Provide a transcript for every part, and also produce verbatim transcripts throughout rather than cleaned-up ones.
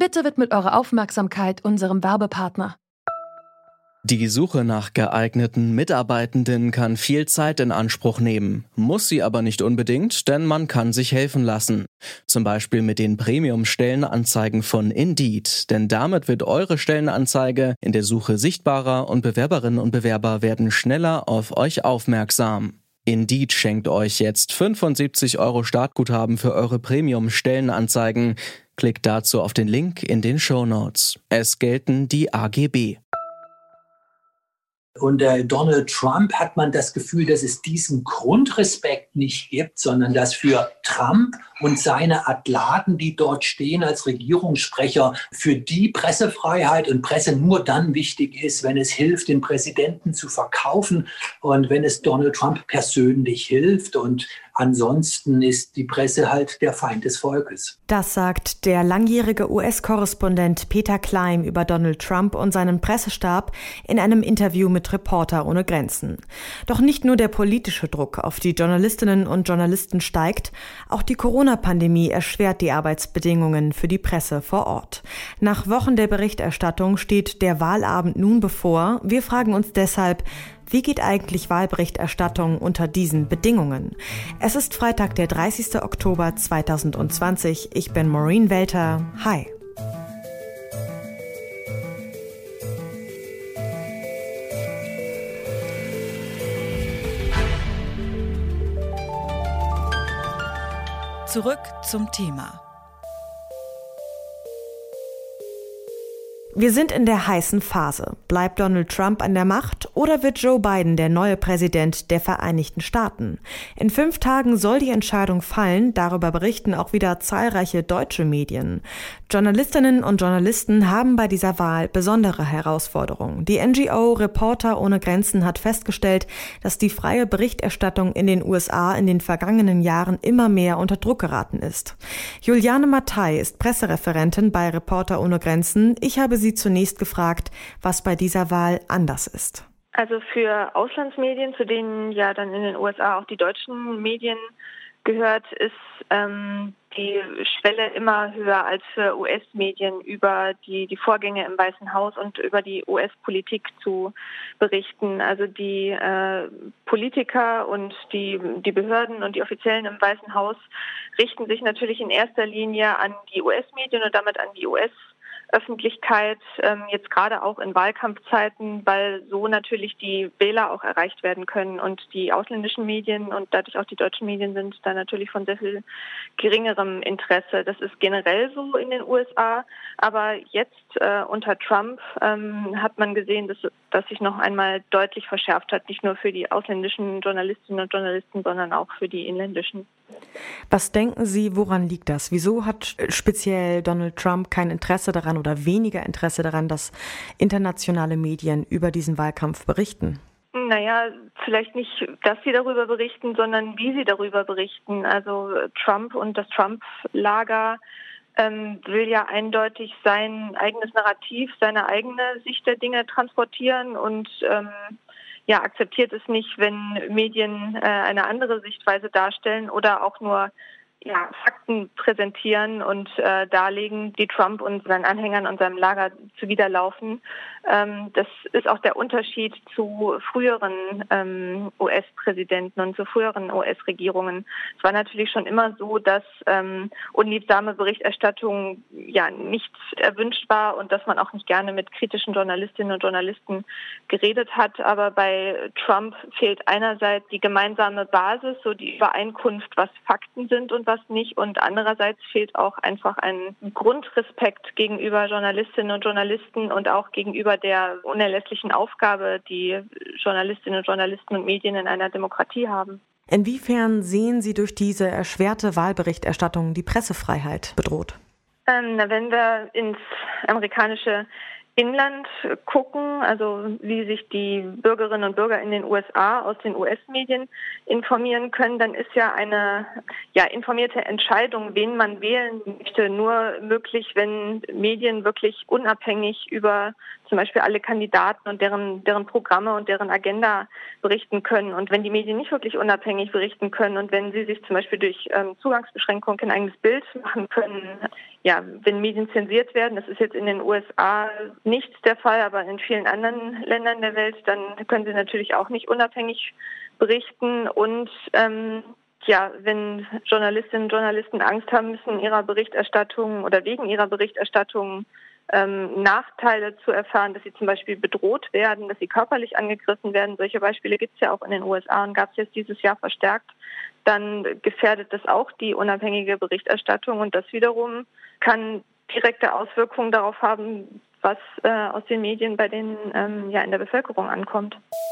Bitte widmet eure Aufmerksamkeit unserem Werbepartner. Die Suche nach geeigneten Mitarbeitenden kann viel Zeit in Anspruch nehmen, muss sie aber nicht unbedingt, denn man kann sich helfen lassen. Zum Beispiel mit den Premium-Stellenanzeigen von Indeed, denn damit wird eure Stellenanzeige in der Suche sichtbarer und Bewerberinnen und Bewerber werden schneller auf euch aufmerksam. Indeed schenkt euch jetzt fünfundsiebzig Euro Startguthaben für eure Premium-Stellenanzeigen. Klickt dazu auf den Link in den Shownotes. Es gelten die A G B. Unter Donald Trump hat man das Gefühl, dass es diesen Grundrespekt nicht gibt, sondern dass für Trump und seine Atlaten, die dort stehen als Regierungssprecher, für die Pressefreiheit und Presse nur dann wichtig ist, wenn es hilft, den Präsidenten zu verkaufen und wenn es Donald Trump persönlich hilft. Und ansonsten ist die Presse halt der Feind des Volkes. Das sagt der langjährige U S-Korrespondent Peter Klein über Donald Trump und seinen Pressestab in einem Interview mit Reporter ohne Grenzen. Doch nicht nur der politische Druck auf die Journalistinnen und Journalisten steigt, auch die Corona-Pandemie erschwert die Arbeitsbedingungen für die Presse vor Ort. Nach Wochen der Berichterstattung steht der Wahlabend nun bevor. Wir fragen uns deshalb, wie geht eigentlich Wahlberichterstattung unter diesen Bedingungen? Es ist Freitag, der dreißigster Oktober zweitausendzwanzig. Ich bin Maureen Welter. Hi. Zurück zum Thema. Wir sind in der heißen Phase. Bleibt Donald Trump an der Macht oder wird Joe Biden der neue Präsident der Vereinigten Staaten? In fünf Tagen soll die Entscheidung fallen, darüber berichten auch wieder zahlreiche deutsche Medien. Journalistinnen und Journalisten haben bei dieser Wahl besondere Herausforderungen. Die N G O Reporter ohne Grenzen hat festgestellt, dass die freie Berichterstattung in den U S A in den vergangenen Jahren immer mehr unter Druck geraten ist. Juliane Mattei ist Pressereferentin bei Reporter ohne Grenzen. Ich habe sie zunächst gefragt, was bei dieser Wahl anders ist. Also für Auslandsmedien, zu denen ja dann in den U S A auch die deutschen Medien gehört, ist ähm, die Schwelle immer höher als für U S-Medien über die, die Vorgänge im Weißen Haus und über die U S-Politik zu berichten. Also die äh, Politiker und die, die Behörden und die Offiziellen im Weißen Haus richten sich natürlich in erster Linie an die U S-Medien und damit an die U S Öffentlichkeit, ähm, jetzt gerade auch in Wahlkampfzeiten, weil so natürlich die Wähler auch erreicht werden können und die ausländischen Medien und dadurch auch die deutschen Medien sind da natürlich von sehr viel geringerem Interesse. Das ist generell so in den U S A, aber jetzt äh, unter Trump ähm, hat man gesehen, dass das sich noch einmal deutlich verschärft hat, nicht nur für die ausländischen Journalistinnen und Journalisten, sondern auch für die inländischen. Was denken Sie, woran liegt das? Wieso hat speziell Donald Trump kein Interesse daran oder weniger Interesse daran, dass internationale Medien über diesen Wahlkampf berichten? Naja, vielleicht nicht, dass sie darüber berichten, sondern wie sie darüber berichten. Also Trump und das Trump-Lager ähm, will ja eindeutig sein eigenes Narrativ, seine eigene Sicht der Dinge transportieren und ähm, ja, akzeptiert es nicht, wenn Medien äh, eine andere Sichtweise darstellen oder auch nur ja, Fakten präsentieren und äh, darlegen, die Trump und seinen Anhängern und seinem Lager zuwiderlaufen. Ähm, das ist auch der Unterschied zu früheren ähm, U S-Präsidenten und zu früheren U S-Regierungen. Es war natürlich schon immer so, dass ähm, unliebsame Berichterstattung ja nicht erwünscht war und dass man auch nicht gerne mit kritischen Journalistinnen und Journalisten geredet hat. Aber bei Trump fehlt einerseits die gemeinsame Basis, so die Übereinkunft, was Fakten sind und was nicht. Und andererseits fehlt auch einfach ein Grundrespekt gegenüber Journalistinnen und Journalisten und auch gegenüber der unerlässlichen Aufgabe, die Journalistinnen und Journalisten und Medien in einer Demokratie haben. Inwiefern sehen Sie durch diese erschwerte Wahlberichterstattung die Pressefreiheit bedroht? Ähm, wenn wir ins amerikanische Inland gucken, also wie sich die Bürgerinnen und Bürger in den U S A aus den U S-Medien informieren können, dann ist ja eine ja, informierte Entscheidung, wen man wählen möchte, nur möglich, wenn Medien wirklich unabhängig über zum Beispiel alle Kandidaten und deren, deren Programme und deren Agenda berichten können. Und wenn die Medien nicht wirklich unabhängig berichten können und wenn sie sich zum Beispiel durch ähm, Zugangsbeschränkungen kein eigenes Bild machen können, ja, wenn Medien zensiert werden, das ist jetzt in den U S A nicht der Fall, aber in vielen anderen Ländern der Welt, dann können sie natürlich auch nicht unabhängig berichten. Und ähm, ja, wenn Journalistinnen und Journalisten Angst haben müssen, in ihrer Berichterstattung oder wegen ihrer Berichterstattung ähm, Nachteile zu erfahren, dass sie zum Beispiel bedroht werden, dass sie körperlich angegriffen werden, solche Beispiele gibt es ja auch in den U S A und gab es jetzt dieses Jahr verstärkt, dann gefährdet das auch die unabhängige Berichterstattung und das wiederum kann direkte Auswirkungen darauf haben, was äh, aus den Medien bei den ähm, ja in der Bevölkerung ankommt.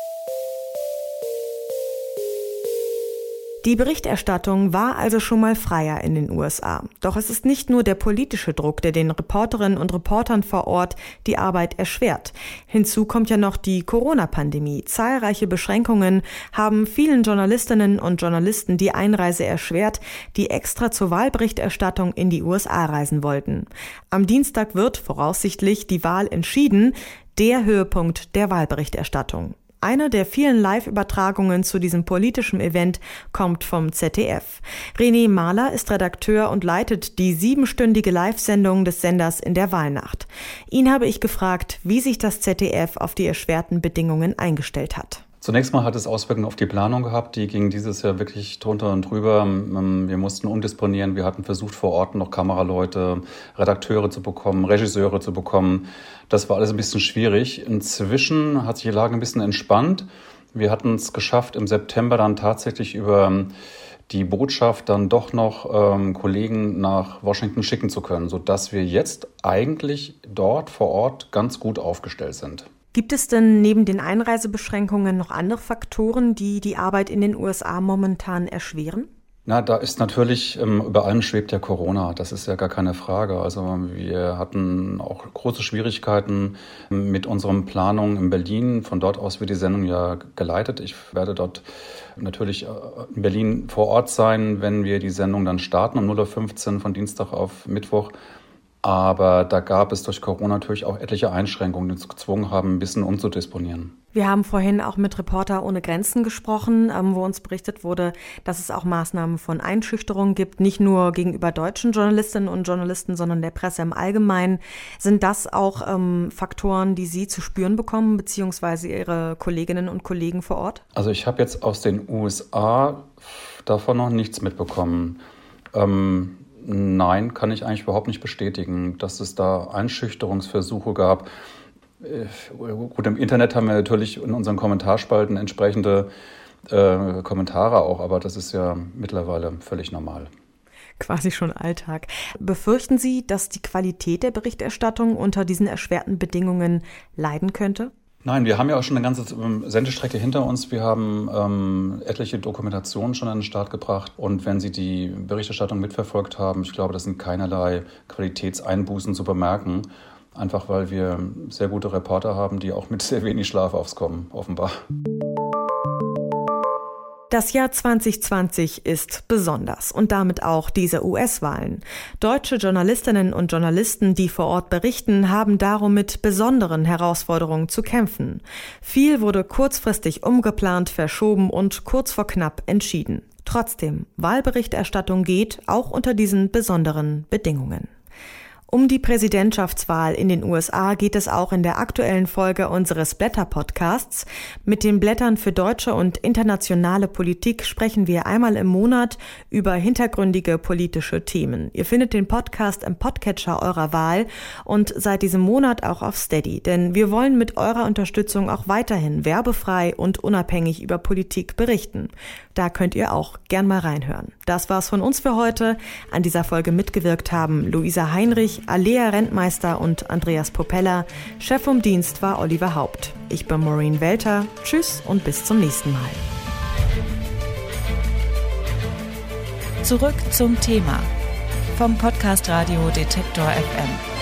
Die Berichterstattung war also schon mal freier in den U S A. Doch es ist nicht nur der politische Druck, der den Reporterinnen und Reportern vor Ort die Arbeit erschwert. Hinzu kommt ja noch die Corona-Pandemie. Zahlreiche Beschränkungen haben vielen Journalistinnen und Journalisten die Einreise erschwert, die extra zur Wahlberichterstattung in die U S A reisen wollten. Am Dienstag wird voraussichtlich die Wahl entschieden, der Höhepunkt der Wahlberichterstattung. Eine der vielen Live-Übertragungen zu diesem politischen Event kommt vom Z D F. René Mahler ist Redakteur und leitet die siebenstündige Live-Sendung des Senders in der Wahlnacht. Ihn habe ich gefragt, wie sich das Z D F auf die erschwerten Bedingungen eingestellt hat. Zunächst mal hat es Auswirkungen auf die Planung gehabt. Die ging dieses Jahr wirklich drunter und drüber. Wir mussten umdisponieren. Wir hatten versucht, vor Ort noch Kameraleute, Redakteure zu bekommen, Regisseure zu bekommen. Das war alles ein bisschen schwierig. Inzwischen hat sich die Lage ein bisschen entspannt. Wir hatten es geschafft, im September dann tatsächlich über die Botschaft dann doch noch ähm, Kollegen nach Washington schicken zu können, sodass wir jetzt eigentlich dort vor Ort ganz gut aufgestellt sind. Gibt es denn neben den Einreisebeschränkungen noch andere Faktoren, die die Arbeit in den U S A momentan erschweren? Na, da ist natürlich, ähm, über allem schwebt ja Corona, das ist ja gar keine Frage. Also wir hatten auch große Schwierigkeiten mit unseren Planungen in Berlin. Von dort aus wird die Sendung ja geleitet. Ich werde dort natürlich in Berlin vor Ort sein, wenn wir die Sendung dann starten um null Uhr fünfzehn von Dienstag auf Mittwoch. Aber da gab es durch Corona natürlich auch etliche Einschränkungen, die uns gezwungen haben, ein bisschen umzudisponieren. Wir haben vorhin auch mit Reporter ohne Grenzen gesprochen, wo uns berichtet wurde, dass es auch Maßnahmen von Einschüchterung gibt, nicht nur gegenüber deutschen Journalistinnen und Journalisten, sondern der Presse im Allgemeinen. Sind das auch ähm, Faktoren, die Sie zu spüren bekommen, beziehungsweise Ihre Kolleginnen und Kollegen vor Ort? Also ich habe jetzt aus den U S A davon noch nichts mitbekommen. Ähm, Nein, kann ich eigentlich überhaupt nicht bestätigen, dass es da Einschüchterungsversuche gab. Gut, im Internet haben wir natürlich in unseren Kommentarspalten entsprechende äh, Kommentare auch, aber das ist ja mittlerweile völlig normal. Quasi schon Alltag. Befürchten Sie, dass die Qualität der Berichterstattung unter diesen erschwerten Bedingungen leiden könnte? Nein, wir haben ja auch schon eine ganze Sendestrecke hinter uns. Wir haben ähm, etliche Dokumentationen schon an den Start gebracht. Und wenn Sie die Berichterstattung mitverfolgt haben, ich glaube, das sind keinerlei Qualitätseinbußen zu bemerken. Einfach weil wir sehr gute Reporter haben, die auch mit sehr wenig Schlaf aufs Kommen, offenbar. Das Jahr zwanzig zwanzig ist besonders und damit auch diese U S-Wahlen. Deutsche Journalistinnen und Journalisten, die vor Ort berichten, haben darum mit besonderen Herausforderungen zu kämpfen. Viel wurde kurzfristig umgeplant, verschoben und kurz vor knapp entschieden. Trotzdem, Wahlberichterstattung geht auch unter diesen besonderen Bedingungen. Um die Präsidentschaftswahl in den U S A geht es auch in der aktuellen Folge unseres Blätter-Podcasts. Mit den Blättern für deutsche und internationale Politik sprechen wir einmal im Monat über hintergründige politische Themen. Ihr findet den Podcast im Podcatcher eurer Wahl und seit diesem Monat auch auf Steady. Denn wir wollen mit eurer Unterstützung auch weiterhin werbefrei und unabhängig über Politik berichten. Da könnt ihr auch gern mal reinhören. Das war's von uns für heute. An dieser Folge mitgewirkt haben Luisa Heinrich, Alea Rentmeister und Andreas Popella. Chef vom Dienst war Oliver Haupt. Ich bin Maureen Welter. Tschüss und bis zum nächsten Mal. Zurück zum Thema vom Podcast Radio Detektor F M.